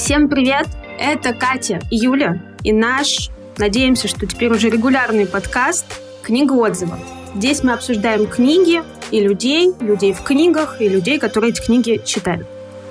Всем привет! Это Катя и Юля и наш, надеемся, что теперь уже регулярный подкаст «Книга отзывов». Здесь мы обсуждаем книги и людей в книгах и людей, которые эти книги читают.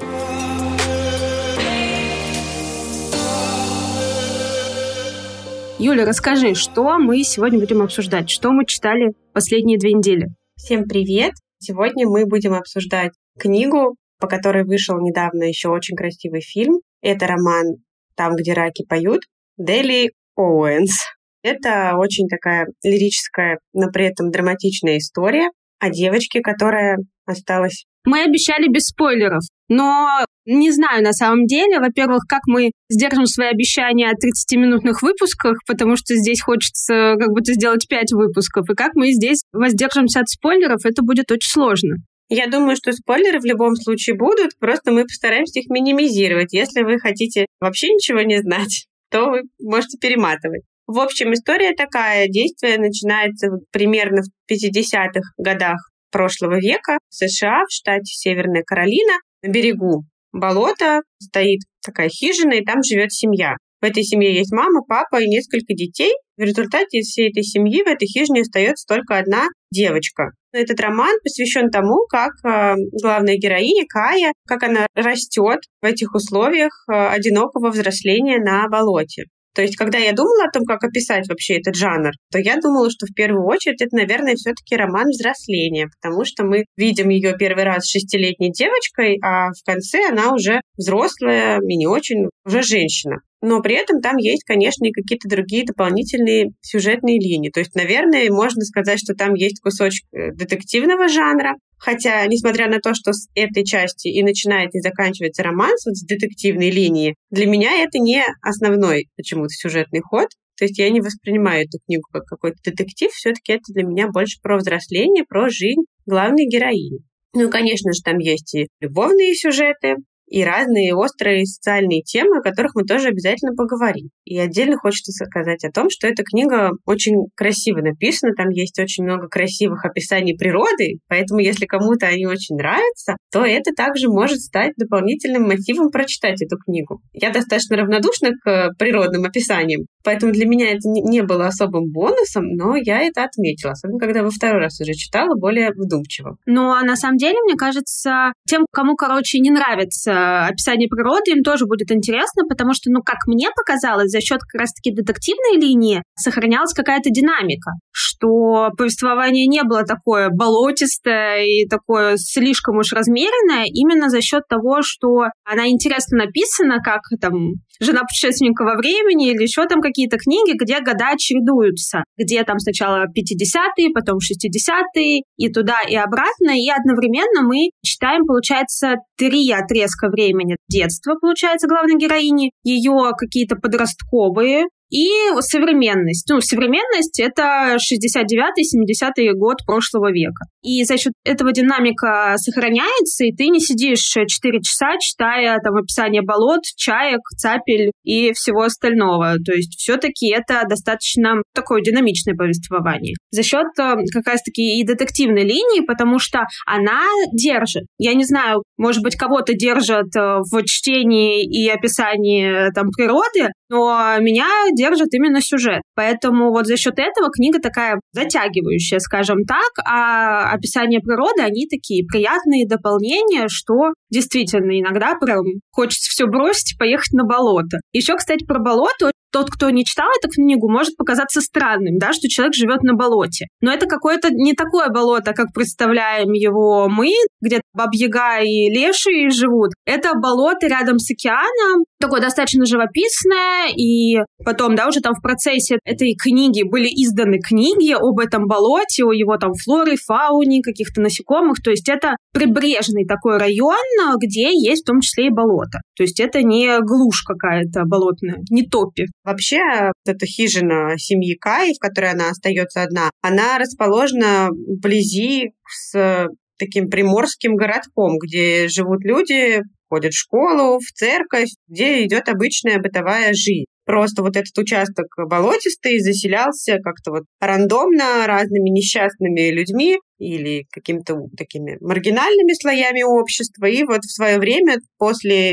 Юля, расскажи, что мы сегодня будем обсуждать, что мы читали последние 2 недели. Всем привет! Сегодня мы будем обсуждать книгу, по которой вышел недавно еще очень красивый фильм. Это роман «Там, где раки поют» Дели Оуэнс. Это очень такая лирическая, но при этом драматичная история о девочке, которая осталась. Мы обещали без спойлеров, но не знаю на самом деле, во-первых, как мы сдержим свои обещания о 30-минутных выпусках, потому что здесь хочется как будто сделать 5 выпусков, и как мы здесь воздержимся от спойлеров, это будет очень сложно. Я думаю, что спойлеры в любом случае будут, просто мы постараемся их минимизировать. Если вы хотите вообще ничего не знать, то вы можете перематывать. В общем, история такая. Действие начинается примерно в 50-х годах прошлого века в США, в штате Северная Каролина. На берегу болота стоит такая хижина, и там живет семья. В этой семье есть мама, папа и несколько детей. В результате из всей этой семьи в этой хижине остается только одна девочка. Этот роман посвящен тому, как главная героиня Кая, как она растет в этих условиях одинокого взросления на болоте. То есть, когда я думала о том, как описать вообще этот жанр, то я думала, что в первую очередь это, наверное, все-таки роман взросления, потому что мы видим ее первый раз 6-летней девочкой, а в конце она уже взрослая и не очень, уже женщина. Но при этом там есть, конечно, и какие-то другие дополнительные сюжетные линии. То есть, наверное, можно сказать, что там есть кусочек детективного жанра. Хотя, несмотря на то, что с этой части и начинает, и заканчивается романс вот с детективной линии, для меня это не основной почему-то сюжетный ход. То есть я не воспринимаю эту книгу как какой-то детектив. Все-таки это для меня больше про взросление, про жизнь главной героини. Ну и, конечно же, там есть и любовные сюжеты, и разные острые социальные темы, о которых мы тоже обязательно поговорим. И отдельно хочется сказать о том, что эта книга очень красиво написана, там есть очень много красивых описаний природы, поэтому если кому-то они очень нравятся, то это также может стать дополнительным мотивом прочитать эту книгу. Я достаточно равнодушна к природным описаниям, поэтому для меня это не было особым бонусом, но я это отметила, особенно когда во второй раз уже читала более вдумчиво. Но на самом деле, мне кажется, тем, кому, не нравится описание природы, им тоже будет интересно, потому что, как мне показалось, за счет как раз-таки детективной линии сохранялась какая-то динамика, что повествование не было такое болотистое и такое слишком уж размеренное, именно за счет того, что она интересно написана, как там «Жена путешественника во времени» или еще там какие-то книги, где года чередуются, где там сначала 50-е, потом 60-е, и туда, и обратно, и одновременно мы читаем, получается, 3 отрезка времени. Детство, получается, главной героини, ее какие-то подростковые, и современность. Современность — это 69-й, 70-й год прошлого века. И за счет этого динамика сохраняется, и ты не сидишь 4 часа, читая там описание болот, чаек, цапель и всего остального. То есть все-таки это достаточно такое динамичное повествование. За счет как раз-таки и детективной линии, потому что она держит. Я не знаю, может быть, кого-то держит в чтении и описании там природы, но меня держит именно сюжет. Поэтому вот за счет этого книга такая затягивающая, скажем так, а описания природы, они такие приятные дополнения, что действительно иногда прям хочется все бросить и поехать на болото. Еще, кстати, про болото. Тот, кто не читал эту книгу, может показаться странным, да, что человек живет на болоте. Но это какое-то не такое болото, как представляем его мы, где баба-яга и леши живут. Это болото рядом с океаном, такое достаточно живописное, и потом, да, уже там в процессе этой книги были изданы книги об этом болоте, о его там флоре, фауне, каких-то насекомых. То есть это прибрежный такой район, где есть в том числе и болото. То есть это не глушь какая-то болотная, не топи. Вообще, эта хижина семьи Каи, в которой она остается одна, она расположена вблизи с таким приморским городком, где живут люди, ходят в школу, в церковь, где идет обычная бытовая жизнь. Просто вот этот участок болотистый заселялся как-то вот рандомно разными несчастными людьми или какими-то такими маргинальными слоями общества. И вот в свое время после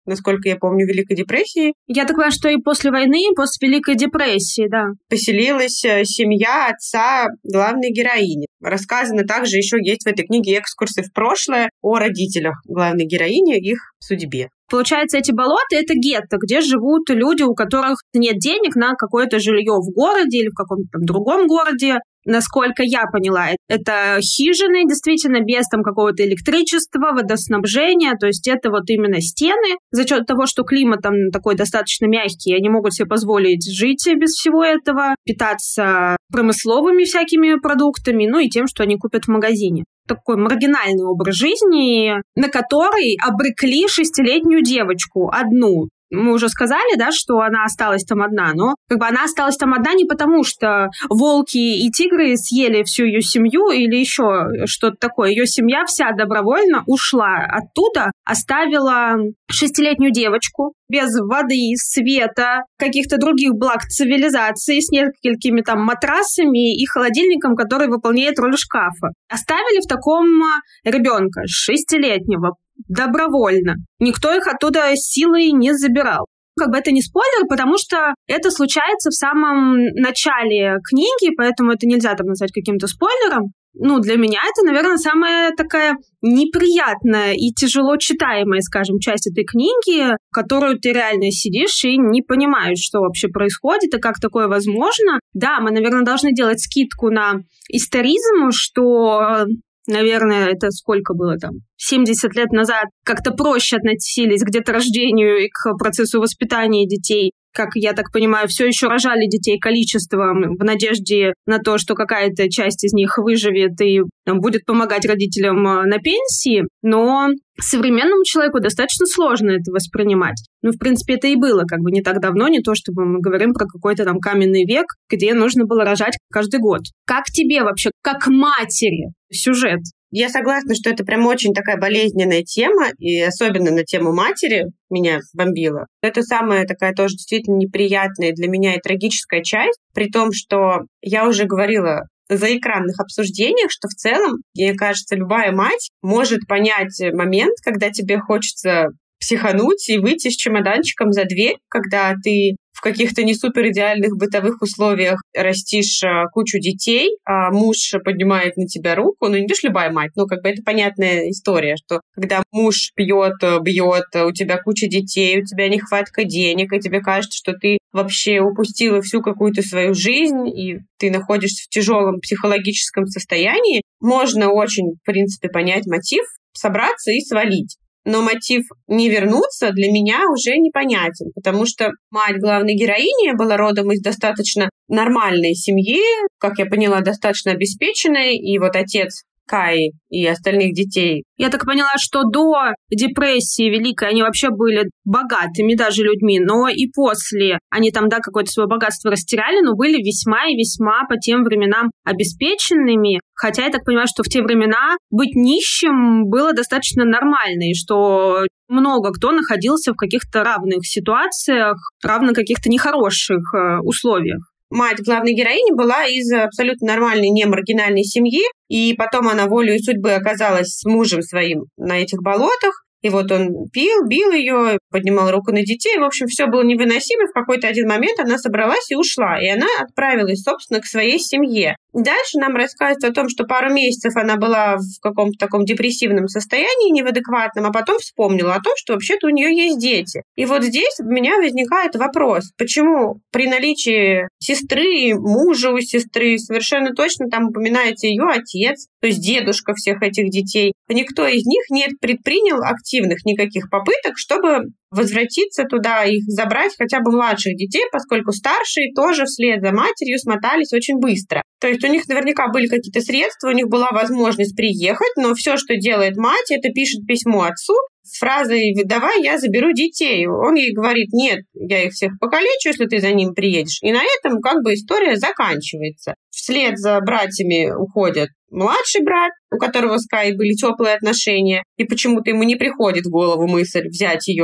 насколько я помню, Великой депрессии. Я так понимаю, что и после войны, и после Великой депрессии, да. Поселилась семья отца главной героини. Рассказано также, еще есть в этой книге экскурсы в прошлое о родителях главной героини, их судьбе. Получается, эти болота — это гетто, где живут люди, у которых нет денег на какое-то жилье в городе или в каком-то там другом городе. Насколько я поняла, это хижины, действительно, без там какого-то электричества, водоснабжения, то есть это вот именно стены. За счет того, что климат там такой достаточно мягкий, они могут себе позволить жить без всего этого, питаться промысловыми всякими продуктами, ну и тем, что они купят в магазине. Такой маргинальный образ жизни, на который обрекли 6-летнюю девочку одну. Мы уже сказали, да, что она осталась там одна, но как бы она осталась там одна не потому, что волки и тигры съели всю ее семью или еще что-то такое. Ее семья вся добровольно ушла оттуда, оставила 6-летнюю девочку без воды, света, каких-то других благ цивилизации, с несколькими там матрасами и холодильником, который выполняет роль шкафа. Оставили в таком ребенка 6-летнего добровольно. Никто их оттуда силой не забирал. Как бы это не спойлер, потому что это случается в самом начале книги, поэтому это нельзя там назвать каким-то спойлером. Ну, для меня это, наверное, самая такая неприятная и тяжело читаемая, скажем, часть этой книги, в которую ты реально сидишь и не понимаешь, что вообще происходит и как такое возможно. Да, мы, наверное, должны делать скидку на историзм, что... Наверное, это сколько было там? 70 лет назад как-то проще относились к деторождению и к процессу воспитания детей. Как я так понимаю, все еще рожали детей количеством в надежде на то, что какая-то часть из них выживет и будет помогать родителям на пенсии. Но современному человеку достаточно сложно это воспринимать. Ну, в принципе, это и было как бы не так давно, не то чтобы мы говорим про какой-то там каменный век, где нужно было рожать каждый год. Как тебе вообще, как матери, сюжет? Я согласна, что это прям очень такая болезненная тема, и особенно на тему матери меня бомбило. Это самая такая тоже действительно неприятная для меня и трагическая часть, при том, что я уже говорила в заэкранных обсуждениях, что в целом, мне кажется, любая мать может понять момент, когда тебе хочется психануть и выйти с чемоданчиком за дверь, когда ты в каких-то не супер идеальных бытовых условиях растишь кучу детей, а муж поднимает на тебя руку. Ну, не то, что любая мать, но как бы это понятная история, что когда муж пьет, бьет, у тебя куча детей, у тебя нехватка денег, и тебе кажется, что ты вообще упустила всю какую-то свою жизнь, и ты находишься в тяжелом психологическом состоянии, можно очень, в принципе, понять мотив, собраться и свалить. Но мотив не вернуться для меня уже непонятен, потому что мать главной героини была родом из достаточно нормальной семьи, как я поняла, достаточно обеспеченной, и вот отец Каи и остальных детей. Я так поняла, что до депрессии великой они вообще были богатыми даже людьми, но и после они там, да, какое-то свое богатство растеряли, но были весьма и весьма по тем временам обеспеченными. Хотя я так понимаю, что в те времена быть нищим было достаточно нормально, и что много кто находился в каких-то равных ситуациях, равно каких-то нехороших условиях. Мать главной героини была из абсолютно нормальной, не маргинальной семьи, и потом она волею судьбы оказалась с мужем своим на этих болотах, и вот он пил, бил ее, поднимал руку на детей, в общем, все было невыносимо, в какой-то один момент она собралась и ушла, и она отправилась, собственно, к своей семье. Дальше нам рассказывают о том, что пару месяцев она была в каком-то таком депрессивном состоянии, не в адекватном, а потом вспомнила о том, что вообще-то у нее есть дети. И вот здесь у меня возникает вопрос, почему при наличии сестры, мужа у сестры, совершенно точно там упоминается ее отец, то есть дедушка всех этих детей, никто из них не предпринял активных никаких попыток, чтобы возвратиться туда, их забрать хотя бы младших детей, поскольку старшие тоже вслед за матерью смотались очень быстро. То есть у них наверняка были какие-то средства, у них была возможность приехать, но все, что делает мать, это пишет письмо отцу с фразой «давай я заберу детей». Он ей говорит: нет, я их всех покалечу, если ты за ним приедешь. И на этом как бы история заканчивается. Вслед за братьями уходит младший брат, у которого с Каей были теплые отношения, и почему-то ему не приходит в голову мысль взять ее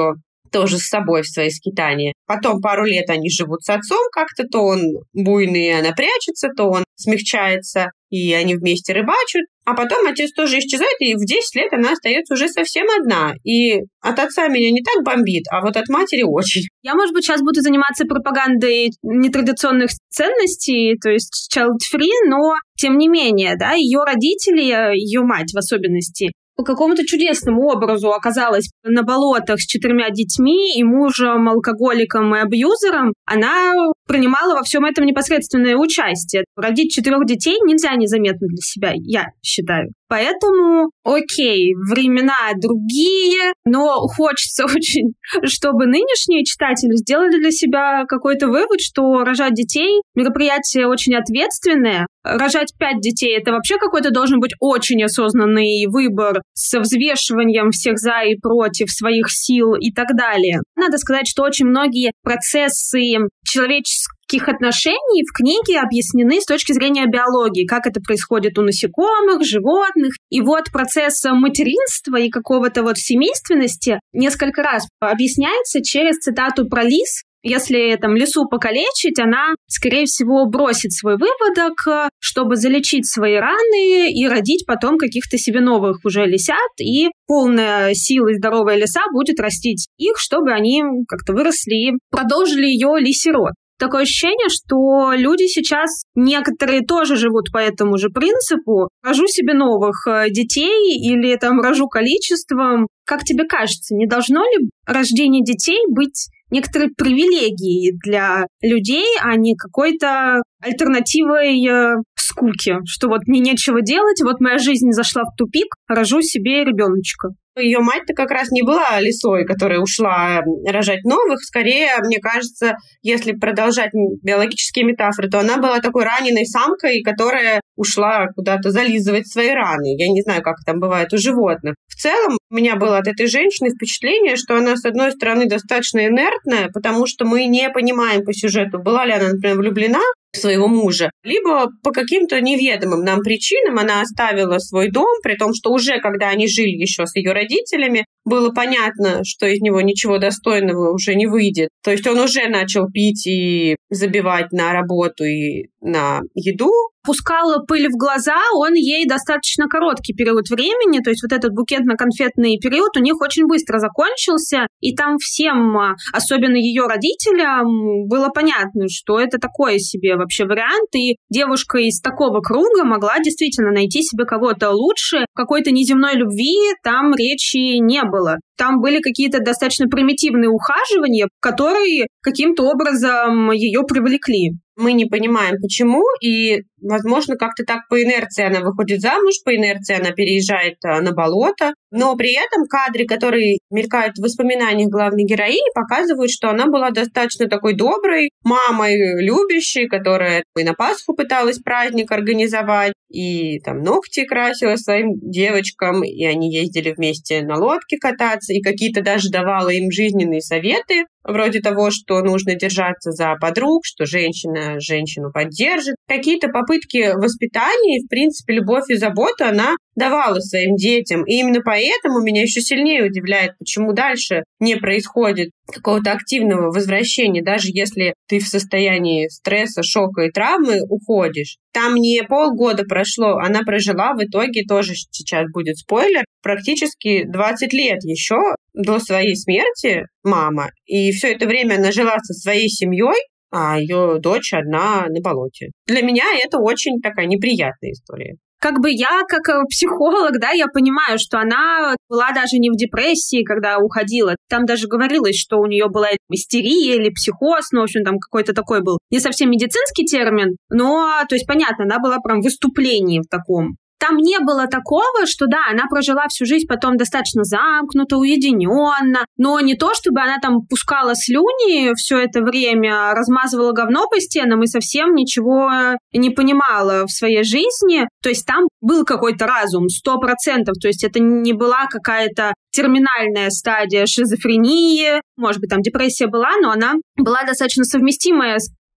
тоже с собой в свои скитания. Потом пару лет они живут с отцом как-то, то он буйный, и она прячется, то он смягчается, и они вместе рыбачат. А потом отец тоже исчезает, и в 10 лет она остается уже совсем одна. И от отца меня не так бомбит, а вот от матери очень. Я, может быть, сейчас буду заниматься пропагандой нетрадиционных ценностей, то есть child-free, но тем не менее, да, ее родители, ее мать в особенности, по какому-то чудесному образу оказалась на болотах с 4 детьми и мужем, алкоголиком и абьюзером, она принимала во всем этом непосредственное участие. Родить 4 детей нельзя незаметно для себя, я считаю. Поэтому, окей, времена другие, но хочется очень, чтобы нынешние читатели сделали для себя какой-то вывод, что рожать детей – мероприятие очень ответственное. Рожать 5 детей – это вообще какой-то должен быть очень осознанный выбор с взвешиванием всех за и против своих сил и так далее. Надо сказать, что очень многие процессы человеческих отношений в книге объяснены с точки зрения биологии, как это происходит у насекомых, животных. И вот процесс материнства и какого-то вот семейственности несколько раз объясняется через цитату про лис. Если там лису покалечить, она, скорее всего, бросит свой выводок, чтобы залечить свои раны и родить потом каких-то себе новых уже лисят, и полная сила и здоровая лиса будет растить их, чтобы они как-то выросли и продолжили ее лисий род. Такое ощущение, что люди сейчас, некоторые тоже живут по этому же принципу. Рожу себе новых детей или там рожу количеством. Как тебе кажется, не должно ли рождение детей быть некоторой привилегией для людей, а не какой-то альтернативой скуки? Что вот мне нечего делать, вот моя жизнь зашла в тупик, рожу себе ребеночка. Ее мать-то как раз не была лисой, которая ушла рожать новых. Скорее, мне кажется, если продолжать биологические метафоры, то она была такой раненой самкой, которая ушла куда-то зализывать свои раны. Я не знаю, как там бывает у животных. В целом, у меня было от этой женщины впечатление, что она, с одной стороны, достаточно инертная, потому что мы не понимаем по сюжету, была ли она, например, влюблена в своего мужа, либо по каким-то неведомым нам причинам она оставила свой дом, при том, что уже когда они жили еще с ее родителями, было понятно, что из него ничего достойного уже не выйдет. То есть он уже начал пить и забивать на работу и на еду. Пускала пыль в глаза, он ей достаточно короткий период времени, то есть вот этот букетно-конфетный период у них очень быстро закончился, и там всем, особенно ее родителям, было понятно, что это такое себе вообще вариант, и девушка из такого круга могла действительно найти себе кого-то лучше. Какой-то неземной любви там речи не было. Там были какие-то достаточно примитивные ухаживания, которые каким-то образом ее привлекли. Мы не понимаем, почему, и, возможно, как-то так по инерции она выходит замуж, по инерции она переезжает на болото, но при этом кадры, которые мелькают в воспоминаниях главной героини, показывают, что она была достаточно такой доброй мамой, любящей, которая и на Пасху пыталась праздник организовать, и там ногти красила своим девочкам, и они ездили вместе на лодке кататься, и какие-то даже давала им жизненные советы, вроде того, что нужно держаться за подруг, что женщина женщину поддержит. Какие-то попытки воспитания, и, в принципе, любовь и заботу она давала своим детям. И именно поэтому меня еще сильнее удивляет, почему дальше не происходит какого-то активного возвращения, даже если ты в состоянии стресса, шока и травмы уходишь. Там не полгода прошло, она прожила в итоге, тоже сейчас будет спойлер, практически 20 лет еще до своей смерти мама. И все это время она жила со своей семьей, а ее дочь одна на болоте. Для меня это очень такая неприятная история. Как бы я, как психолог, да, я понимаю, что она была даже не в депрессии, когда уходила. Там даже говорилось, что у нее была истерия или психоз, ну, в общем, там какой-то такой был не совсем медицинский термин, но, то есть, понятно, она была прям в выступлении в таком. Там не было такого, что, да, она прожила всю жизнь потом достаточно замкнуто, уединенно, но не то, чтобы она там пускала слюни все это время, размазывала говно по стенам и совсем ничего не понимала в своей жизни. То есть там был какой-то разум, 100%. То есть это не была какая-то терминальная стадия шизофрении, может быть, там депрессия была, но она была достаточно совместимая с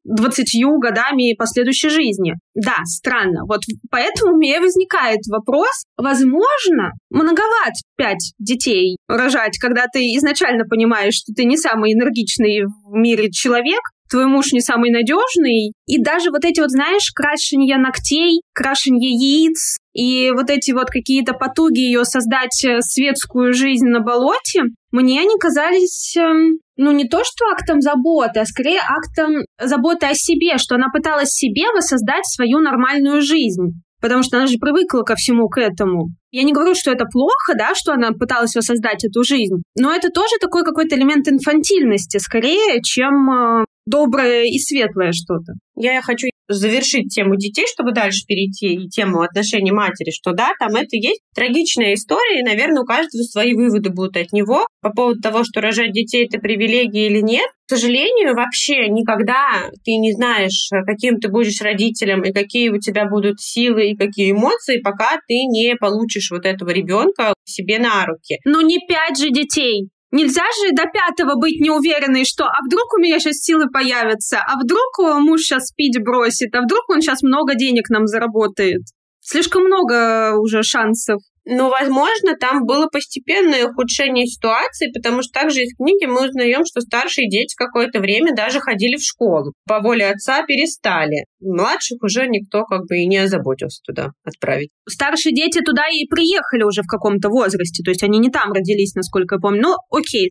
20 годами последующей жизни. Да, странно. Вот поэтому у меня возникает вопрос, возможно, многовато 5 детей рожать, когда ты изначально понимаешь, что ты не самый энергичный в мире человек, твой муж не самый надежный, и даже вот эти вот, знаешь, крашенья ногтей, крашенье яиц, и вот эти вот какие-то потуги ее создать светскую жизнь на болоте, мне они казались, не то что актом заботы, а скорее актом заботы о себе, что она пыталась себе воссоздать свою нормальную жизнь. Потому что она же привыкла ко всему к этому. Я не говорю, что это плохо, да, что она пыталась воссоздать эту жизнь, но это тоже такой какой-то элемент инфантильности, скорее, чем доброе и светлое что-то. Я хочу завершить тему детей, чтобы дальше перейти и тему отношений матери, что да, там это есть трагичная история, и, наверное, у каждого свои выводы будут от него по поводу того, что рожать детей — это привилегия или нет. К сожалению, вообще никогда ты не знаешь, каким ты будешь родителем и какие у тебя будут силы и какие эмоции, пока ты не получишь вот этого ребенка себе на руки. Ну не 5 же детей. Нельзя же до 5 быть неуверенной, что а вдруг у меня сейчас силы появятся, а вдруг муж сейчас пить бросит, а вдруг он сейчас много денег нам заработает. Слишком много уже шансов. Ну, возможно, там было постепенное ухудшение ситуации, потому что также из книги мы узнаем, что старшие дети какое-то время даже ходили в школу. По воле отца перестали. Младших уже никто и не озаботился туда отправить. Старшие дети туда и приехали уже в каком-то возрасте, то есть они не там родились, насколько я помню. Ну, окей.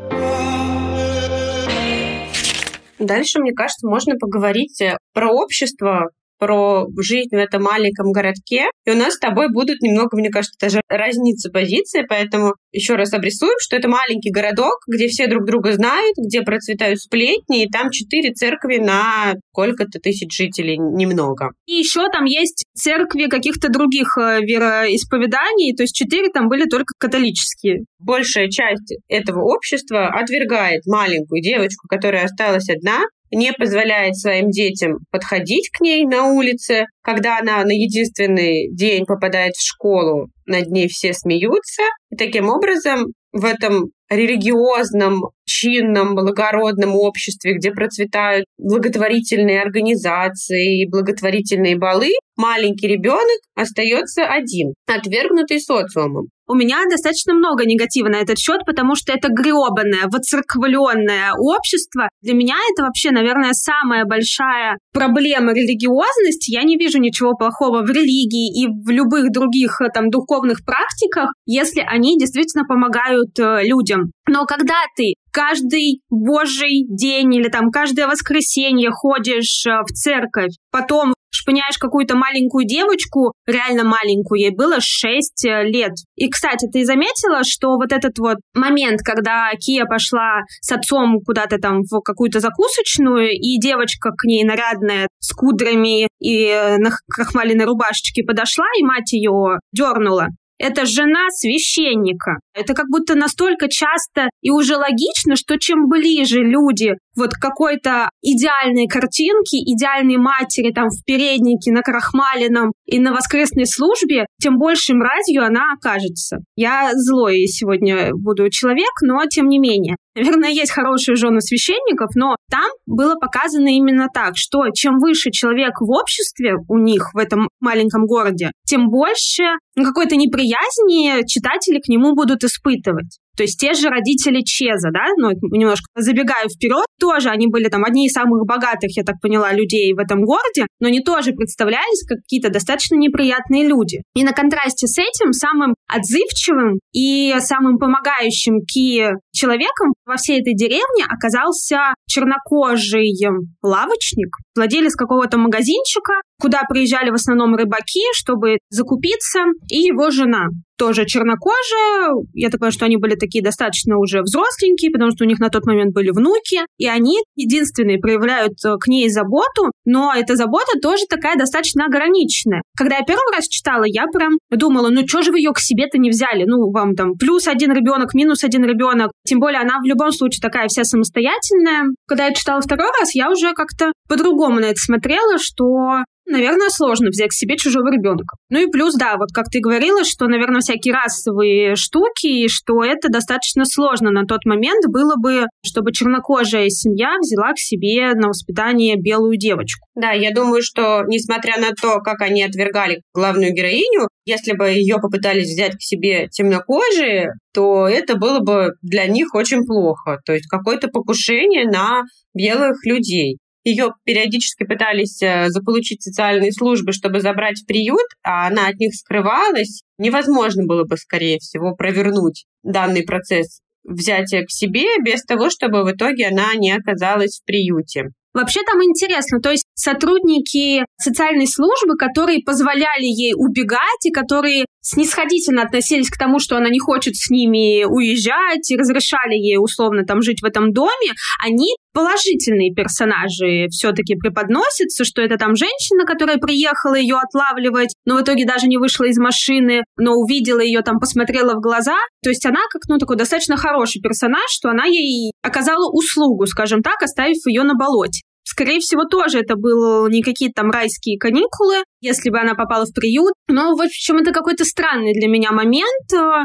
Дальше, мне кажется, можно поговорить про общество, про жизнь в этом маленьком городке. И у нас с тобой будут немного, мне кажется, даже разниться позиции, поэтому еще раз обрисуем, что это маленький городок, где все друг друга знают, где процветают сплетни, и там 4 церкви на сколько-то тысяч жителей, немного. И еще там есть церкви каких-то других вероисповеданий, то есть 4 там были только католические. Большая часть этого общества отвергает маленькую девочку, которая осталась одна, не позволяет своим детям подходить к ней на улице. Когда она на единственный день попадает в школу, над ней все смеются. И таким образом в этом религиозном, чинном, благородном обществе, где процветают благотворительные организации и благотворительные балы, маленький ребенок остается один, отвергнутый социумом. У меня достаточно много негатива на этот счет, потому что это грёбаное, воцерквленное общество. Для меня это вообще, наверное, самая большая проблема религиозности. Я не вижу ничего плохого в религии и в любых других духовных практиках, если они действительно помогают людям. Но когда ты каждый божий день или каждое воскресенье ходишь в церковь, потом шпыняешь какую-то маленькую девочку, реально маленькую, ей было 6 лет. И, кстати, ты заметила, что вот этот вот момент, когда Кия пошла с отцом куда-то в какую-то закусочную, и девочка к ней нарядная, с кудрями и на крахмаленной рубашечке подошла, и мать ее дернула. Это жена священника. Это как будто настолько часто и уже логично, что чем ближе люди к какой-то идеальной картинке, идеальной матери в переднике, на крахмаленном и на воскресной службе, тем больше мразью она окажется. Я злой сегодня буду человек, но тем не менее. Наверное, есть хорошие жены священников, но там было показано именно так, что чем выше человек в обществе у них в этом маленьком городе, тем больше какой-то неприязни читатели к нему будут испытывать. То есть те же родители Чеза, да, немножко забегая вперед, тоже они были одни из самых богатых, я так поняла, людей в этом городе, но они тоже представлялись как какие-то достаточно неприятные люди. И на контрасте с этим самым отзывчивым и самым помогающим Кии человеком во всей этой деревне оказался чернокожий лавочник, владелец какого-то магазинчика, куда приезжали в основном рыбаки, чтобы закупиться, и его жена. Тоже чернокожая. Я так понимаю, что они были такие достаточно уже взросленькие, потому что у них на тот момент были внуки, и они единственные проявляют к ней заботу, но эта забота тоже такая достаточно ограниченная. Когда я первый раз читала, я прям думала, что же вы ее к себе-то не взяли? Вам плюс 1 ребенок, минус 1 ребенок. Тем более она в любом случае такая вся самостоятельная. Когда я читала второй раз, я уже как-то по-другому на это смотрела, что наверное, сложно взять к себе чужого ребенка. И плюс, да, как ты говорила, что, наверное, вся всякие расовые штуки, и что это достаточно сложно на тот момент было бы, чтобы чернокожая семья взяла к себе на воспитание белую девочку. Да, я думаю, что, несмотря на то, как они отвергали главную героиню, если бы ее попытались взять к себе темнокожие, то это было бы для них очень плохо. То есть какое-то покушение на белых людей. Ее периодически пытались заполучить социальные службы, чтобы забрать в приют, а она от них скрывалась. Невозможно было бы, скорее всего, провернуть данный процесс взятия к себе без того, чтобы в итоге она не оказалась в приюте. Вообще там интересно, то есть сотрудники социальной службы, которые позволяли ей убегать и которые снисходительно относились к тому, что она не хочет с ними уезжать и разрешали ей условно там жить в этом доме, они положительные персонажи все-таки преподносятся, что это там женщина, которая приехала ее отлавливать, но в итоге даже не вышла из машины, но увидела ее там, посмотрела в глаза. То есть она как, такой достаточно хороший персонаж, что она ей оказала услугу, скажем так, оставив ее на болоте. Скорее всего, тоже это были не какие-то там райские каникулы, если бы она попала в приют. Но, в общем, это какой-то странный для меня момент,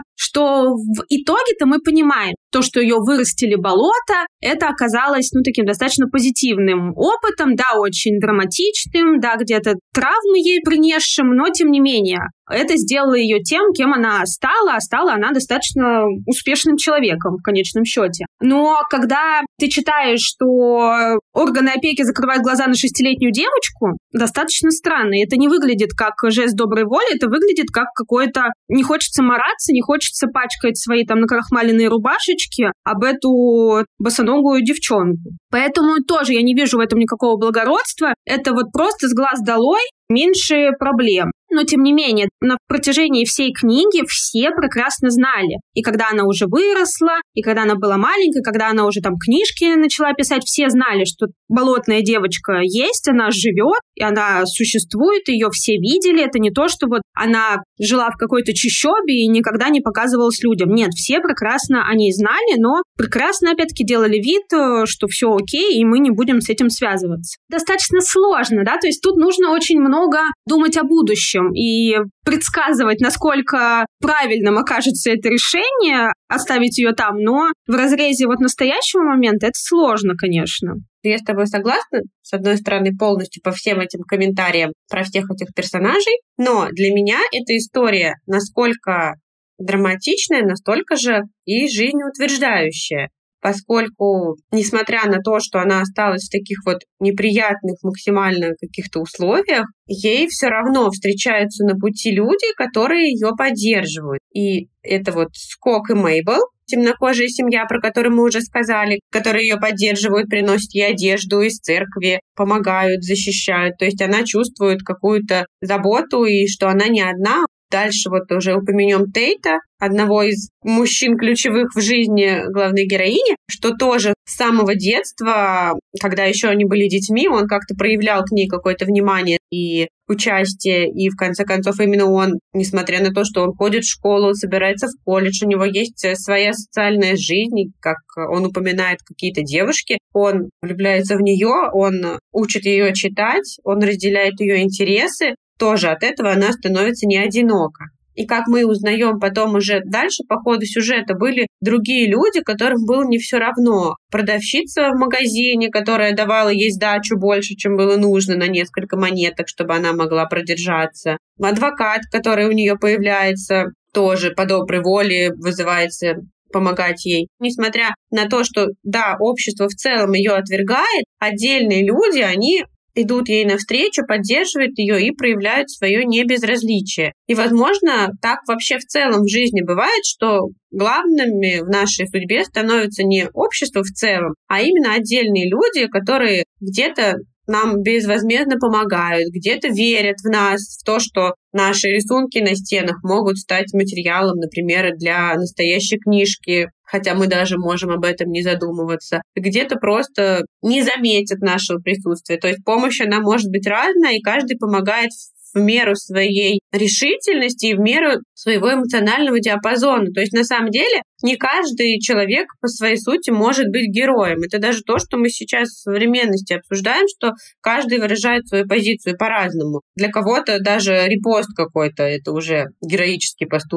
что в итоге-то мы понимаем, то, что ее вырастили болото, это оказалось, таким достаточно позитивным опытом, да, очень драматичным, да, где-то травмы ей принесшим, но тем не менее. Это сделало ее тем, кем она стала, а стала она достаточно успешным человеком в конечном счете. Но когда ты читаешь, что органы опеки закрывают глаза на 6-летнюю девочку, достаточно странно. И это не выглядит как жест доброй воли, это выглядит как какое-то... Не хочется мараться, не хочется пачкать свои там накрахмаленные рубашечки об эту босоногую девчонку. Поэтому тоже я не вижу в этом никакого благородства. Это вот просто с глаз долой, меньше проблем. Но, тем не менее, на протяжении всей книги все прекрасно знали. И когда она уже выросла, и когда она была маленькой, когда она уже там книжки начала писать, все знали, что болотная девочка есть, она живет, и она существует, ее все видели. Это не то, что вот она жила в какой-то чащобе и никогда не показывалась людям. Нет, все прекрасно о ней знали, но прекрасно, опять-таки, делали вид, что все окей, и мы не будем с этим связываться. Достаточно сложно, да, то есть тут нужно очень много думать о будущем и предсказывать, насколько правильным окажется это решение, оставить ее там, но в разрезе вот настоящего момента это сложно, конечно. Я с тобой согласна, с одной стороны, полностью по всем этим комментариям про всех этих персонажей, но для меня эта история насколько драматичная, настолько же и жизнеутверждающая. Поскольку, несмотря на то, что она осталась в таких вот неприятных максимально каких-то условиях, ей все равно встречаются на пути люди, которые ее поддерживают. И это вот Скок и Мейбл, темнокожая семья, про которую мы уже сказали, которые ее поддерживают, приносят ей одежду из церкви, помогают, защищают. То есть она чувствует какую-то заботу и что она не одна. Дальше вот уже упомянем Тейта, одного из мужчин ключевых в жизни главной героини, что тоже с самого детства, когда еще они были детьми, он как-то проявлял к ней какое-то внимание и участие, и в конце концов именно он, несмотря на то, что он ходит в школу, собирается в колледж, у него есть своя социальная жизнь, как он упоминает какие-то девушки, он влюбляется в нее, он учит ее читать, он разделяет ее интересы, тоже от этого она становится не одинока. И как мы узнаем потом уже дальше по ходу сюжета, были другие люди, которым было не все равно. Продавщица в магазине, которая давала ей сдачу больше, чем было нужно, на несколько монеток, чтобы она могла продержаться. Адвокат, который у нее появляется, тоже по доброй воле вызывается помогать ей. Несмотря на то, что, да, общество в целом ее отвергает, отдельные люди, они идут ей навстречу, поддерживают ее и проявляют свое небезразличие. И, возможно, так вообще в целом в жизни бывает, что главными в нашей судьбе становятся не общество в целом, а именно отдельные люди, которые где-то нам безвозмездно помогают, где-то верят в нас, в то, что наши рисунки на стенах могут стать материалом, например, для настоящей книжки, хотя мы даже можем об этом не задумываться. Где-то просто не заметят нашего присутствия. То есть помощь, она может быть разная, и каждый помогает в меру своей решительности и в меру своего эмоционального диапазона. То есть на самом деле не каждый человек по своей сути может быть героем. Это даже то, что мы сейчас в современности обсуждаем, что каждый выражает свою позицию по-разному. Для кого-то даже репост какой-то — это уже героический поступок.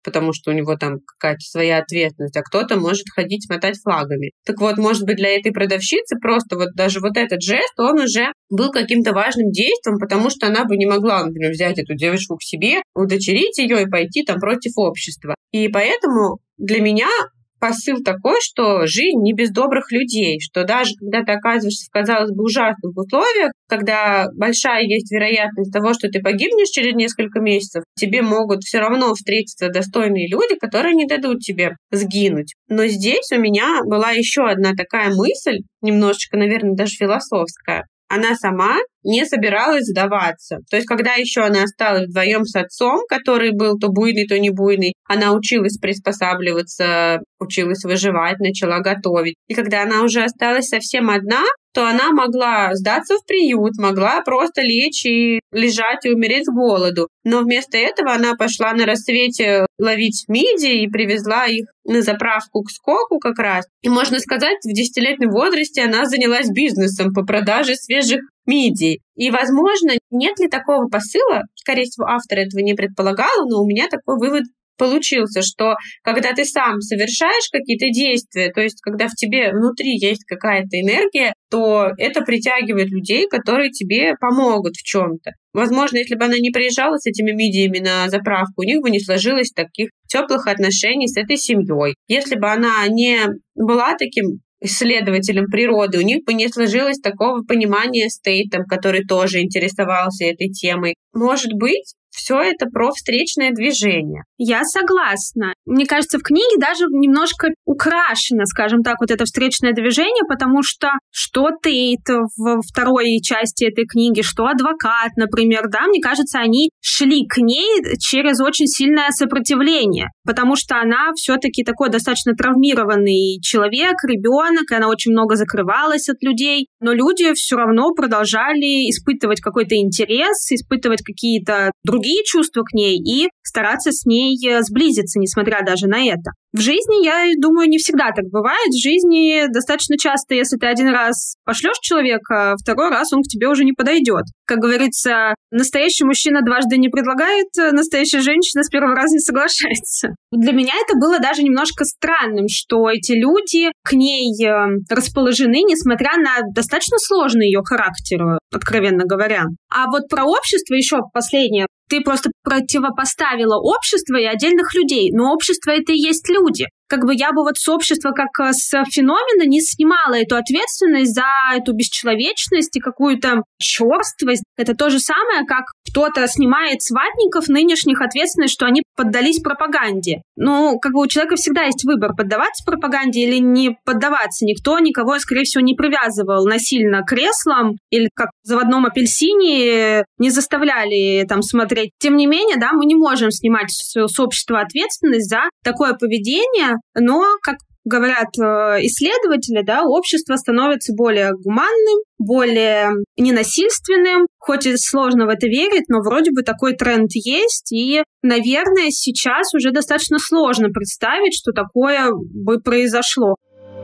потому что у него там какая-то своя ответственность, а кто-то может ходить мотать флагами. Так вот, может быть, для этой продавщицы просто вот даже вот этот жест, он уже был каким-то важным действием, потому что она бы не могла, например, взять эту девочку к себе, удочерить ее и пойти там против общества. И поэтому для меня посыл такой, что жизнь не без добрых людей, что даже когда ты оказываешься в, казалось бы, ужасных условиях, когда большая есть вероятность того, что ты погибнешь через несколько месяцев, тебе могут все равно встретиться достойные люди, которые не дадут тебе сгинуть. Но здесь у меня была еще одна такая мысль, немножечко, наверное, даже философская. Она сама не собиралась сдаваться. То есть, когда еще она осталась вдвоем с отцом, который был то буйный, то не буйный, она училась приспосабливаться, училась выживать, начала готовить. И когда она уже осталась совсем одна, то она могла сдаться в приют, могла просто лечь и лежать и умереть с голоду. Но вместо этого она пошла на рассвете ловить мидии и привезла их на заправку к скоку как раз. И, можно сказать, в 10-летнем возрасте она занялась бизнесом по продаже свежих мидий. И, возможно, нет ли такого посыла, скорее всего, автор этого не предполагал, но у меня такой вывод получился, что когда ты сам совершаешь какие-то действия, то есть когда в тебе внутри есть какая-то энергия, то это притягивает людей, которые тебе помогут в чем-то. Возможно, если бы она не приезжала с этими мидиями на заправку, у них бы не сложилось таких теплых отношений с этой семьей. Если бы она не была таким исследователем природы, у них бы не сложилось такого понимания с Тейтом, который тоже интересовался этой темой. Может быть, все это про встречное движение. Я согласна. Мне кажется, в книге даже немножко украшено, скажем так, вот это встречное движение, потому что Тейт во второй части этой книги, что адвокат, например, да, мне кажется, они шли к ней через очень сильное сопротивление, потому что она все-таки такой достаточно травмированный человек, ребенок, и она очень много закрывалась от людей, но люди все равно продолжали испытывать какой-то интерес, испытывать какие-то другие чувства к ней и стараться с ней сблизиться, несмотря даже на это. В жизни, я думаю, не всегда так бывает. В жизни достаточно часто, если ты один раз пошлешь человека, второй раз он к тебе уже не подойдет. Как говорится, настоящий мужчина дважды не предлагает, настоящая женщина с первого раза не соглашается. Для меня это было даже немножко странным, что эти люди к ней расположены, несмотря на достаточно сложный ее характер, откровенно говоря. А вот про общество еще последнее. Ты просто противопоставила общество и отдельных людей, но общество — это и есть люди. Как бы я бы вот с общества, как с феномена, не снимала эту ответственность за эту бесчеловечность и какую-то черствость. Это то же самое, как кто-то снимает с ватников нынешних ответственность, что они поддались пропаганде. Ну, как бы у человека всегда есть выбор, поддаваться пропаганде или не поддаваться. Никто никого, скорее всего, не привязывал насильно к креслам или как в «Заводном апельсине» не заставляли там смотреть. Тем не менее, да, мы не можем снимать с общества ответственность за такое поведение, но, как говорят исследователи, да, общество становится более гуманным, более ненасильственным. Хоть и сложно в это верить, но вроде бы такой тренд есть. И, наверное, сейчас уже достаточно сложно представить, что такое бы произошло.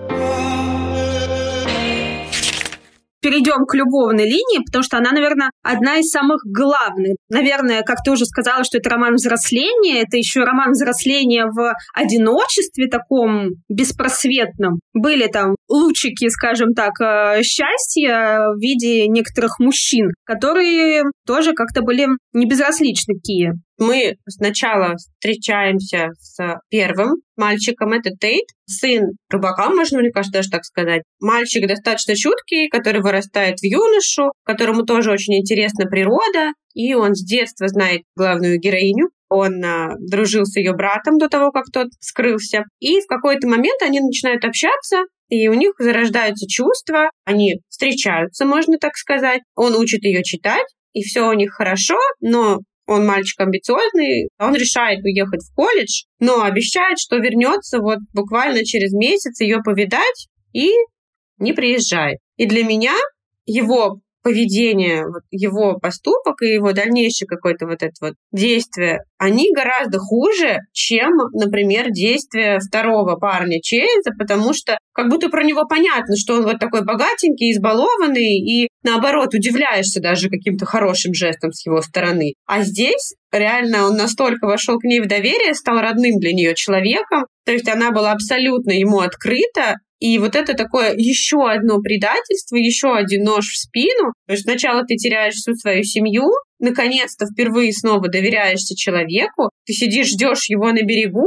Перейдем к любовной линии, потому что она, наверное, одна из самых главных. Наверное, как ты уже сказала, что это роман взросления, это еще роман взросления в одиночестве таком беспросветном. Были там лучики, скажем так, счастья в виде некоторых мужчин, которые тоже как-то были небезразличны к Кие. Мы сначала встречаемся с первым мальчиком, это Тейт, сын рыбака, можно, мне кажется, даже так сказать. Мальчик достаточно чуткий, который вырастает в юношу, которому тоже очень интересна природа, и он с детства знает главную героиню. Он дружил с ее братом до того, как тот скрылся. И в какой-то момент они начинают общаться, и у них зарождаются чувства, они встречаются, можно так сказать. Он учит ее читать, и все у них хорошо, но он мальчик амбициозный, он решает уехать в колледж, но обещает, что вернется вот буквально через месяц ее повидать и не приезжает. И для меня его поведение, вот его поступок и его дальнейшее какое-то вот это вот действие, они гораздо хуже, чем, например, действия второго парня Чейза, потому что как будто про него понятно, что он вот такой богатенький, избалованный, и наоборот удивляешься даже каким-то хорошим жестом с его стороны. А здесь реально он настолько вошел к ней в доверие, стал родным для нее человеком, то есть она была абсолютно ему открыта. И вот это такое еще одно предательство, еще один нож в спину. То есть сначала ты теряешь всю свою семью, наконец-то впервые снова доверяешься человеку, ты сидишь, ждешь его на берегу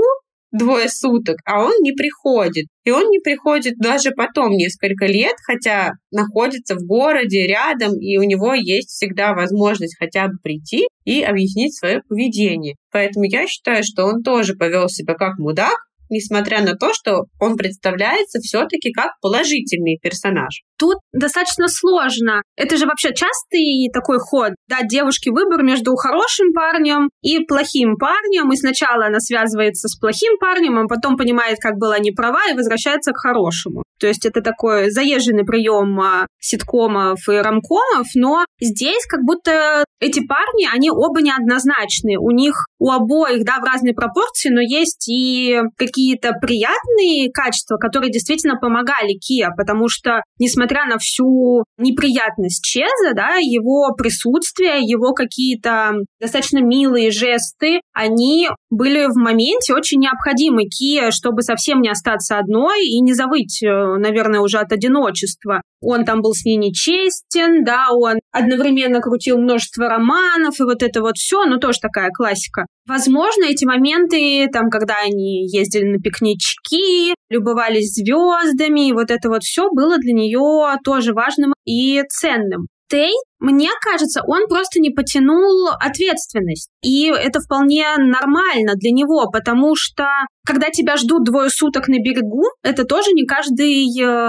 2 суток, а он не приходит. И он не приходит даже потом несколько лет, хотя находится в городе рядом, и у него есть всегда возможность хотя бы прийти и объяснить свое поведение. Поэтому я считаю, что он тоже повел себя как мудак, несмотря на то, что он представляется все-таки как положительный персонаж. Тут достаточно сложно. Это же вообще частый такой ход. Дать девушке выбор между хорошим парнем и плохим парнем. И сначала она связывается с плохим парнем, а потом понимает, как была неправа, и возвращается к хорошему. То есть это такой заезженный прием ситкомов и ромкомов, но здесь как будто эти парни, они оба неоднозначны. У них у обоих, да, в разной пропорции, но есть и какие-то приятные качества, которые действительно помогали Киа, потому что, несмотря на всю неприятность Чеза, да, его присутствие, его какие-то достаточно милые жесты, они были в моменте очень необходимы Киа, чтобы совсем не остаться одной и не завыть, наверное, уже от одиночества. Он там был с ней нечестен, да, он одновременно крутил множество романов, и вот это вот все, ну, тоже такая классика. Возможно, эти моменты, там, когда они ездили на пикнички, любовались звездами, и вот это вот все было для нее тоже важным и ценным. Тейт, мне кажется, он просто не потянул ответственность. И это вполне нормально для него, потому что когда тебя ждут 2 суток на берегу, это тоже не каждый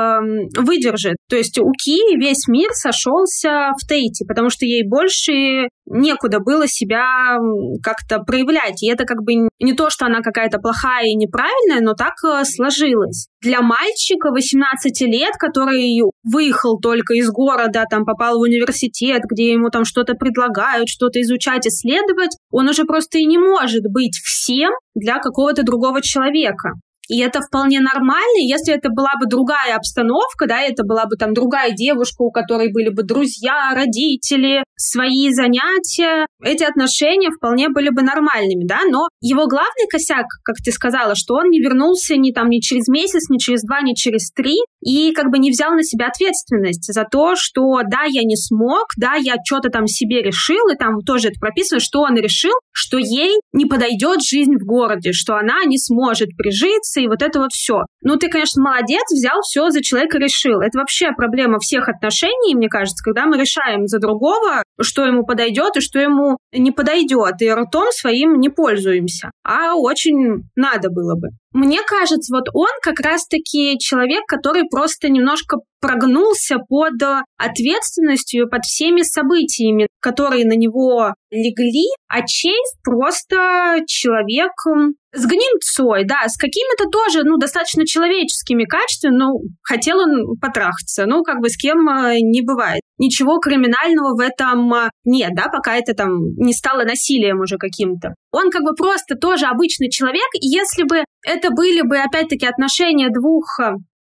выдержит. То есть у Ки весь мир сошелся в Тейте, потому что ей больше некуда было себя как-то проявлять. И это как бы не то, что она какая-то плохая и неправильная, но так сложилось. Для мальчика 18 лет, который выехал только из города, там попал в университет, где ему там что-то предлагают, что-то изучать, исследовать, он уже просто и не может быть всем для какого-то другого человека. И это вполне нормально, если это была бы другая обстановка, да, это была бы там другая девушка, у которой были бы друзья, родители, свои занятия, эти отношения вполне были бы нормальными, да, но его главный косяк, как ты сказала, что он не вернулся ни через месяц, ни через 2, ни через 3, и как бы не взял на себя ответственность за то, что да, я не смог, да, я что-то там себе решил, и там тоже это прописано, что он решил, что ей не подойдет жизнь в городе, что она не сможет прижиться, и вот это вот все. Ну, ты, конечно, молодец, взял все за человека, решил. Это вообще проблема всех отношений, мне кажется, когда мы решаем за другого, что ему подойдет и что ему не подойдет, и ртом своим не пользуемся. А очень надо было бы. Мне кажется, вот он как раз-таки человек, который просто немножко прогнулся под ответственностью, под всеми событиями, которые на него легли, а Чейз просто человек с гнильцой, да, с какими-то тоже, достаточно человеческими качествами, хотел он потрахаться, как бы с кем не бывает. Ничего криминального в этом нет, да, пока это там не стало насилием уже каким-то. Он как бы просто тоже обычный человек, и если бы это были бы, опять-таки, отношения двух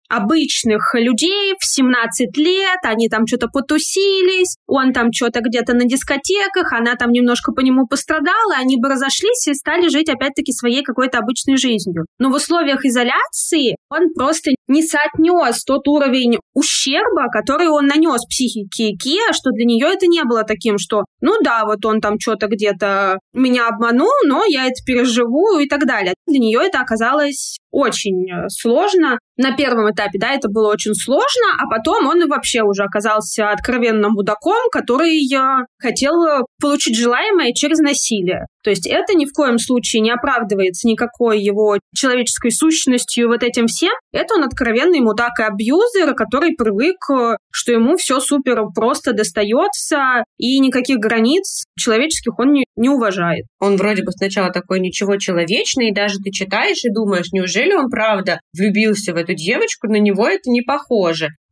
обычных людей в 17 лет, они там что-то потусились, он там что-то где-то на дискотеках, она там немножко по нему пострадала, они бы разошлись и стали жить опять-таки своей какой-то обычной жизнью. Но в условиях изоляции он просто не соотнес тот уровень ущерба, который он нанес психике Киа, что для нее это не было таким, что вот он там что-то где-то меня обманул, но я это переживу и так далее. Для нее это оказалось очень сложно. На первом этапе, да, это было очень сложно, а потом он и вообще уже оказался откровенным мудаком, который хотел получить желаемое через насилие. То есть это ни в коем случае не оправдывается никакой его человеческой сущностью, вот этим всем. Это он откровенный мудак и абьюзер, который привык, что ему все супер просто достается, и никаких границ человеческих он не уважает. Он вроде бы сначала такой ничего человечный, и даже ты читаешь и думаешь, неужели он правда влюбился в эту девочку, на него это не похоже.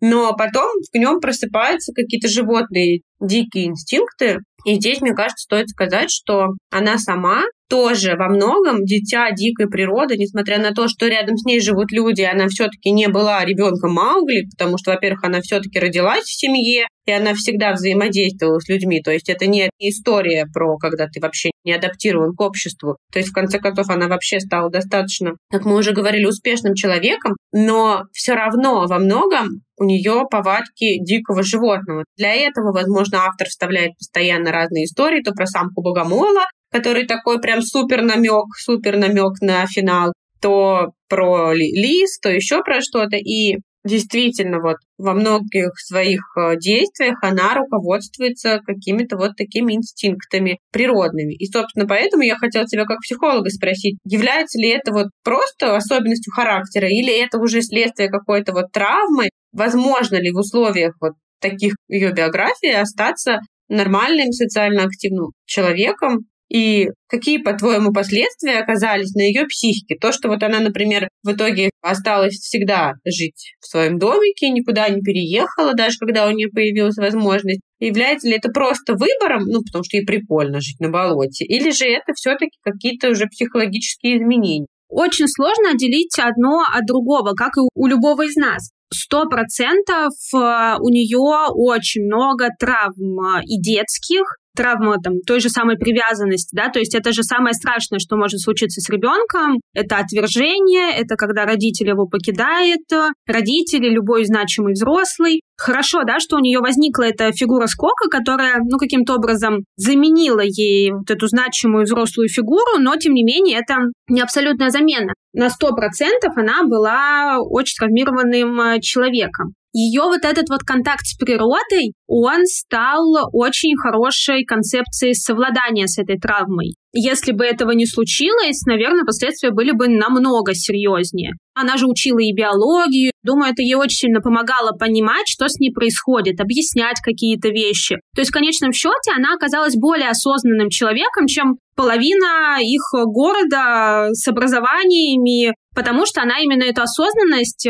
но потом в нем просыпаются какие-то животные дикие инстинкты. И здесь, мне кажется, стоит сказать, что она сама тоже во многом дитя дикой природы, несмотря на то, что рядом с ней живут люди, она все-таки не была ребенком Маугли, потому что, во-первых, она все-таки родилась в семье, и она всегда взаимодействовала с людьми. То есть это не история про, когда ты вообще не адаптирован к обществу. То есть, в конце концов, она вообще стала достаточно, как мы уже говорили, успешным человеком, но все равно во многом у нее повадки дикого животного. Для этого, возможно, автор вставляет постоянно разные истории, то про самку богомола, который такой прям супер намек на финал, то про лис, то еще про что-то. И действительно, вот во многих своих действиях она руководствуется какими-то вот такими инстинктами природными. И, собственно, поэтому я хотела тебя как психолога спросить, является ли это вот просто особенностью характера или это уже следствие какой-то вот травмы? Возможно ли в условиях вот таких ее биографий остаться нормальным, социально активным человеком? И какие, по-твоему, последствия оказались на ее психике? То, что вот она, например, в итоге осталась всегда жить в своем домике, никуда не переехала, даже когда у нее появилась возможность. Является ли это просто выбором, потому что ей прикольно жить на болоте, или же это все-таки какие-то уже психологические изменения? Очень сложно отделить одно от другого, как и у любого из нас. 100% у нее очень много травм и детских, травма той же самой привязанности, да, то есть это же самое страшное, что может случиться с ребенком, это отвержение, это когда родитель его покидает, родители, любой значимый взрослый. Хорошо, да, что у нее возникла эта фигура Скока, которая, каким-то образом заменила ей вот эту значимую взрослую фигуру, но, тем не менее, это не абсолютная замена. На 100% она была очень травмированным человеком. Ее вот этот вот контакт с природой, он стал очень хорошей концепцией совладания с этой травмой. Если бы этого не случилось, наверное, последствия были бы намного серьезнее. Она же учила и биологию. Думаю, это ей очень сильно помогало понимать, что с ней происходит, объяснять какие-то вещи. То есть в конечном счете она оказалась более осознанным человеком, чем половина их города с образованиями, потому что она именно эту осознанность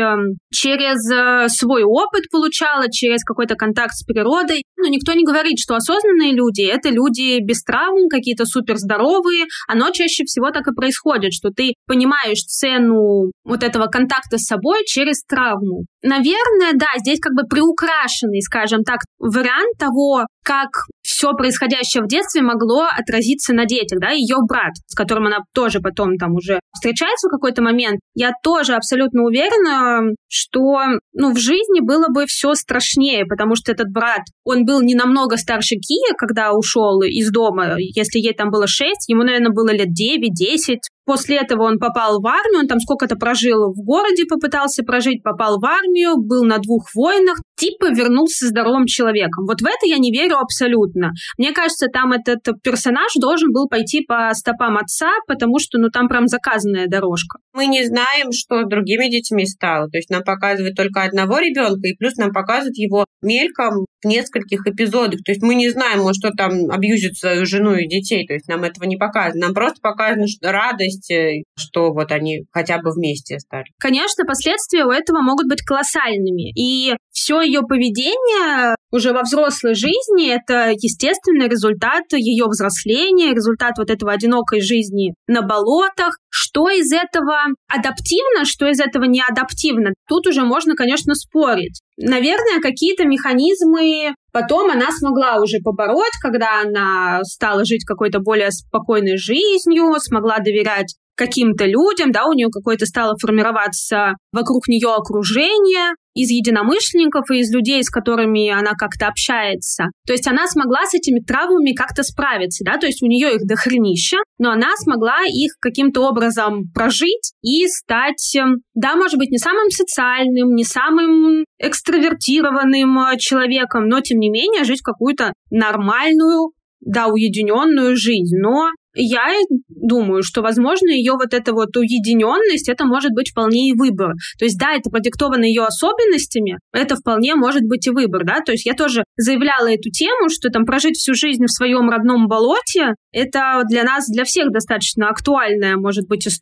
через свой опыт получала, через какой-то контакт с природой. Но никто не говорит, что осознанные люди — это люди без травм, какие-то суперздоровые. Оно чаще всего так и происходит, что ты понимаешь цену вот этого контакта с собой через травму. Наверное, да, здесь как бы приукрашенный, скажем так, вариант того, как все происходящее в детстве могло отразиться на детях, да, ее брат, с которым она тоже потом там уже встречается в какой-то момент, я тоже абсолютно уверена, что, в жизни было бы все страшнее, потому что этот брат, он был не намного старше Кии, когда ушел из дома, если ей там было 6, ему, наверное, было лет 9-10. После этого он попал в армию, он там сколько-то прожил в городе, попытался прожить, попал в армию, был на 2 войнах, типа вернулся здоровым человеком. Вот в это я не верю абсолютно. Мне кажется, там этот персонаж должен был пойти по стопам отца, потому что, там прям заказанная дорожка. Мы не знаем, что с другими детьми стало. То есть нам показывают только одного ребенка, и плюс нам показывают его мельком в нескольких эпизодах. То есть мы не знаем, может, что там абьюзит свою жену и детей. То есть нам этого не показано. Нам просто показано радость, что вот они хотя бы вместе стали. Конечно, последствия у этого могут быть колоссальными. И все ее поведение уже во взрослой жизни — это естественный результат ее взросления, результат вот этого одинокой жизни на болотах. Что из этого адаптивно, что из этого не адаптивно, тут уже можно, конечно, спорить. Наверное, какие-то механизмы потом она смогла уже побороть, когда она стала жить какой-то более спокойной жизнью, смогла доверять каким-то людям, да, у нее какое-то стало формироваться вокруг нее окружение из единомышленников и из людей, с которыми она как-то общается. То есть она смогла с этими травмами как-то справиться, да, то есть у нее их дохренища, но она смогла их каким-то образом прожить и стать, да, может быть, не самым социальным, не самым экстравертированным человеком, но, тем не менее, жить какую-то нормальную, да, уединенную жизнь. Но я думаю, что, возможно, ее вот эта вот уединенность, это может быть вполне и выбор. То есть, да, это продиктовано ее особенностями, это вполне может быть и выбор, да. То есть я тоже заявляла эту тему, что там прожить всю жизнь в своем родном болоте, это для нас, для всех достаточно актуальная, может быть, история.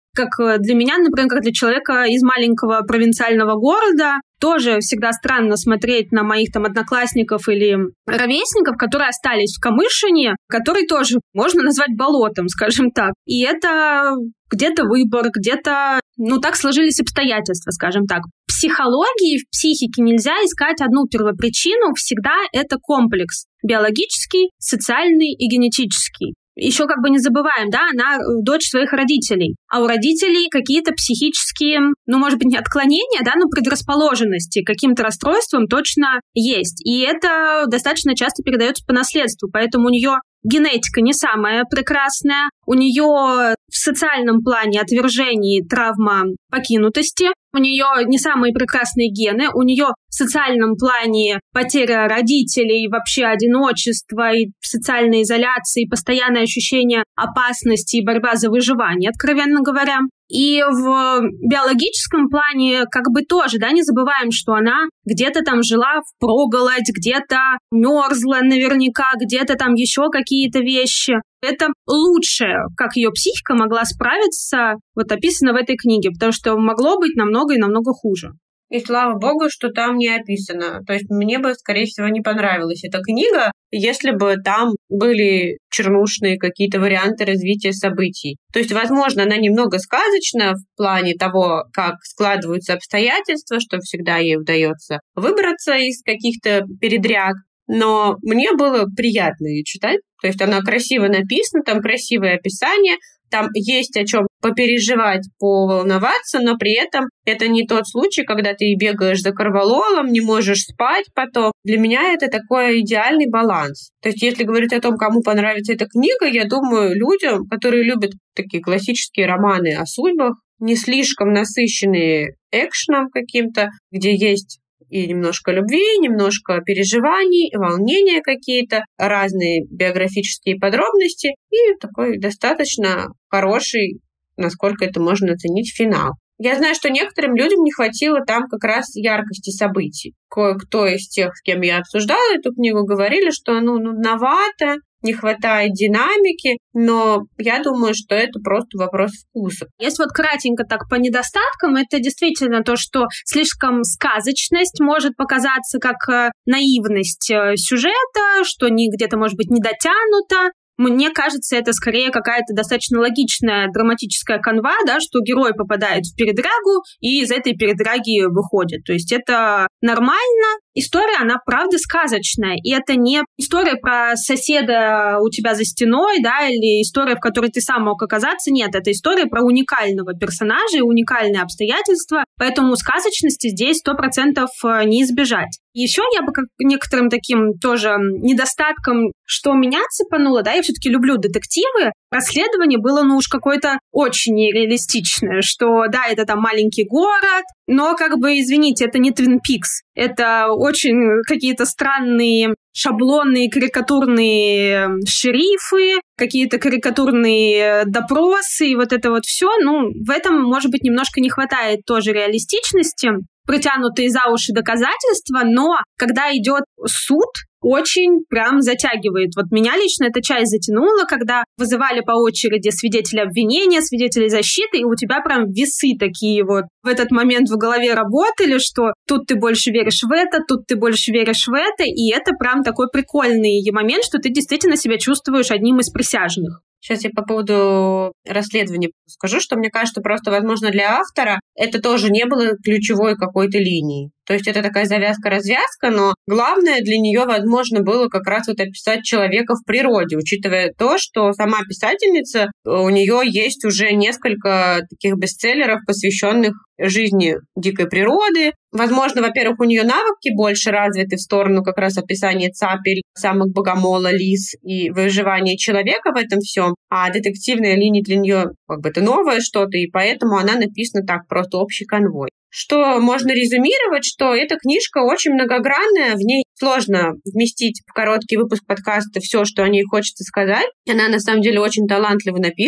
как для меня, например, как для человека из маленького провинциального города, тоже всегда странно смотреть на моих там одноклассников или ровесников, которые остались в Камышине, который тоже можно назвать болотом, скажем так. И это где-то выбор, где-то, так сложились обстоятельства, скажем так. В психологии, в психике нельзя искать одну первопричину, всегда это комплекс. Биологический, социальный и генетический. Еще не забываем, да, она дочь своих родителей. А у родителей какие-то психические, может быть, не отклонения, да, но предрасположенности к каким-то расстройствам точно есть. И это достаточно часто передается по наследству. Поэтому у нее генетика не самая прекрасная. У нее в социальном плане отвержение, травма покинутости. У нее не самые прекрасные гены. У нее в социальном плане потеря родителей, вообще одиночество и социальная изоляция, и постоянное ощущение опасности и борьба за выживание, откровенно говоря. И в биологическом плане тоже, да, не забываем, что она где-то там жила впроголодь, где-то мерзла наверняка, где-то там еще какие-то вещи. Это лучшее, как ее психика могла справиться, описано в этой книге, потому что могло быть намного и намного хуже. И слава богу, что там не описано. То есть мне бы, скорее всего, не понравилась эта книга, если бы там были чернушные какие-то варианты развития событий. То есть, возможно, она немного сказочна в плане того, как складываются обстоятельства, что всегда ей удается выбраться из каких-то передряг. Но мне было приятно ее читать. То есть она красиво написана, там красивое описание, там есть о чем попереживать, поволноваться, но при этом это не тот случай, когда ты бегаешь за корвалолом, не можешь спать потом. Для меня это такой идеальный баланс. То есть если говорить о том, кому понравится эта книга, я думаю, людям, которые любят такие классические романы о судьбах, не слишком насыщенные экшеном каким-то, где есть и немножко любви, немножко переживаний, волнения какие-то, разные биографические подробности и такой достаточно хороший, насколько это можно оценить, финал. Я знаю, что некоторым людям не хватило там как раз яркости событий. Кое-кто из тех, с кем я обсуждала эту книгу, говорили, что нудновато, не хватает динамики, но я думаю, что это просто вопрос вкуса. Если кратенько так по недостаткам, это действительно то, что слишком сказочность может показаться как наивность сюжета, что где-то, может быть, не дотянуто. Мне кажется, это скорее какая-то достаточно логичная драматическая канва, да, что герой попадает в передрягу и из этой передряги выходит. То есть это нормально. История, она правда сказочная. И это не история про соседа у тебя за стеной, да, или история, в которой ты сам мог оказаться. Нет, это история про уникального персонажа и уникальные обстоятельства. Поэтому сказочности здесь 100% не избежать. Еще я бы, как некоторым таким тоже недостатком, что меня цепануло, да, я все-таки люблю детективы, расследование было, уж какое-то очень нереалистичное, что, да, это там маленький город, но, извините, это не Twin Peaks, это очень какие-то странные шаблонные карикатурные шерифы, какие-то карикатурные допросы, и это все, в этом, может быть, немножко не хватает тоже реалистичности, притянутые за уши доказательства, но когда идет суд, очень прям затягивает. Меня лично эта часть затянула, когда вызывали по очереди свидетелей обвинения, свидетелей защиты, и у тебя прям весы такие в этот момент в голове работали, что тут ты больше веришь в это, тут ты больше веришь в это, и это прям такой прикольный момент, что ты действительно себя чувствуешь одним из присяжных. Сейчас я по поводу расследования скажу, что мне кажется, просто, возможно, для автора это тоже не было ключевой какой-то линией. То есть это такая завязка-развязка, но главное для нее, возможно, было как раз описать человека в природе, учитывая то, что сама писательница, у нее есть уже несколько таких бестселлеров, посвященных жизни дикой природы. Возможно, во-первых, у нее навыки больше развиты в сторону как раз описания цапель, самок богомола, лис и выживания человека в этом всем, а детективная линия для нее это новое что-то, и поэтому она написана так, просто общий конвой. Что можно резюмировать, что эта книжка очень многогранная, в ней сложно вместить в короткий выпуск подкаста все, что о ней хочется сказать. Она на самом деле очень талантливо написана.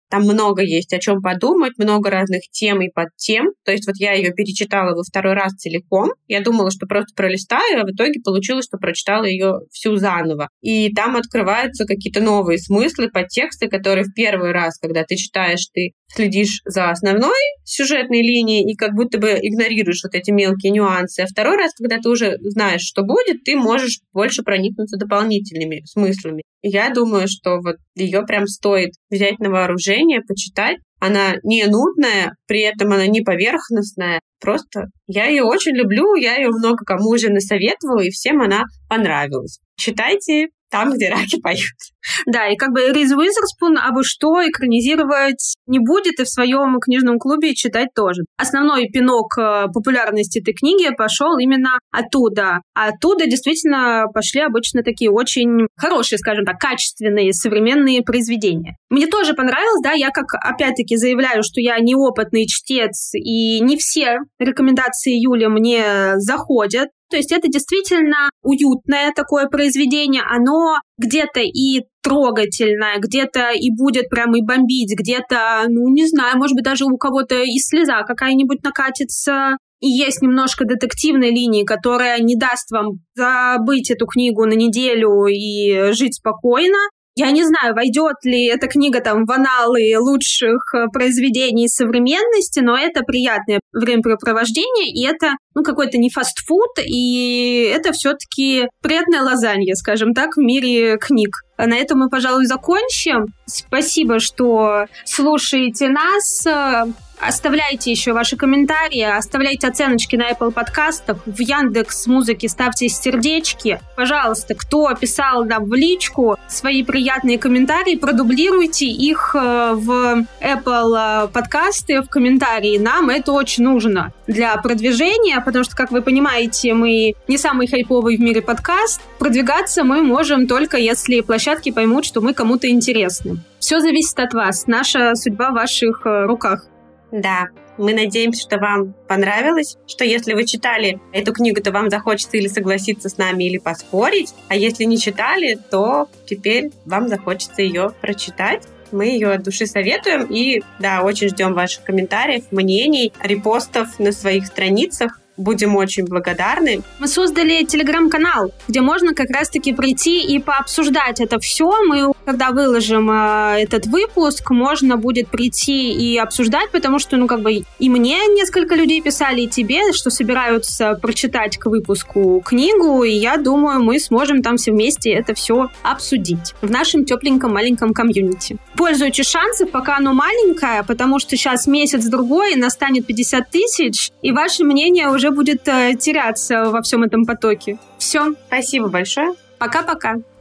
Там много есть о чем подумать, много разных тем и подтем. То есть вот я ее перечитала во второй раз целиком. Я думала, что просто пролистаю, а в итоге получилось, что прочитала ее всю заново. И там открываются какие-то новые смыслы, подтексты, которые в первый раз, когда ты читаешь, ты следишь за основной сюжетной линией и как будто бы игнорируешь вот эти мелкие нюансы. А второй раз, когда ты уже знаешь, что будет, ты можешь больше проникнуться дополнительными смыслами. И я думаю, что вот ее прям стоит взять на вооружение, почитать. Она не нудная, при этом она не поверхностная. Просто я ее очень люблю, я ее много кому уже насоветовала, и всем она понравилась. Читайте там, где раки поют. Да, и как бы Риз Уизерспун абы что экранизировать не будет, и в своем книжном клубе читать тоже. Основной пинок популярности этой книги пошел именно оттуда. А оттуда действительно пошли обычно такие очень хорошие, скажем так, качественные современные произведения. Мне тоже понравилось, да, я как опять-таки заявляю, что я неопытный чтец, и не все рекомендации Юли мне заходят. То есть это действительно уютное такое произведение, оно где-то и трогательное, где-то и будет прям и бомбить, где-то, ну, не знаю, может быть, даже у кого-то и слеза какая-нибудь накатится. И есть немножко детективной линии, которая не даст вам забыть эту книгу на неделю и жить спокойно. Я не знаю, войдет ли эта книга там в аналы лучших произведений современности, но это приятное времяпрепровождение, и это, ну, какой-то не фастфуд, и это все-таки приятная лазанья, скажем так, в мире книг. А на этом мы, пожалуй, закончим. Спасибо, что слушаете нас. Оставляйте еще ваши комментарии, оставляйте оценочки на Apple подкастах, в Яндекс.Музыке ставьте сердечки. Пожалуйста, кто писал нам в личку свои приятные комментарии, продублируйте их в Apple подкасты, в комментарии. Нам это очень нужно для продвижения, потому что, как вы понимаете, мы не самый хайповый в мире подкаст. Продвигаться мы можем только если площадки поймут, что мы кому-то интересны. Все зависит от вас. Наша судьба в ваших руках. Да, мы надеемся, что вам понравилось, что если вы читали эту книгу, то вам захочется или согласиться с нами, или поспорить, а если не читали, то теперь вам захочется ее прочитать. Мы ее от души советуем и, да, очень ждем ваших комментариев, мнений, репостов на своих страницах. Будем очень благодарны. Мы создали телеграм-канал, где можно как раз-таки прийти и пообсуждать это все. Мы, когда выложим этот выпуск, можно будет прийти и обсуждать, потому что, ну, как бы и мне несколько людей писали, и тебе, что собираются прочитать к выпуску книгу, и я думаю, мы сможем там все вместе это все обсудить в нашем тепленьком маленьком комьюнити. Пользуйтесь шансом, пока оно маленькое, потому что сейчас месяц-другой, настанет 50 тысяч, и ваше мнение уже будет теряться во всем этом потоке. Все. Спасибо большое. Пока-пока.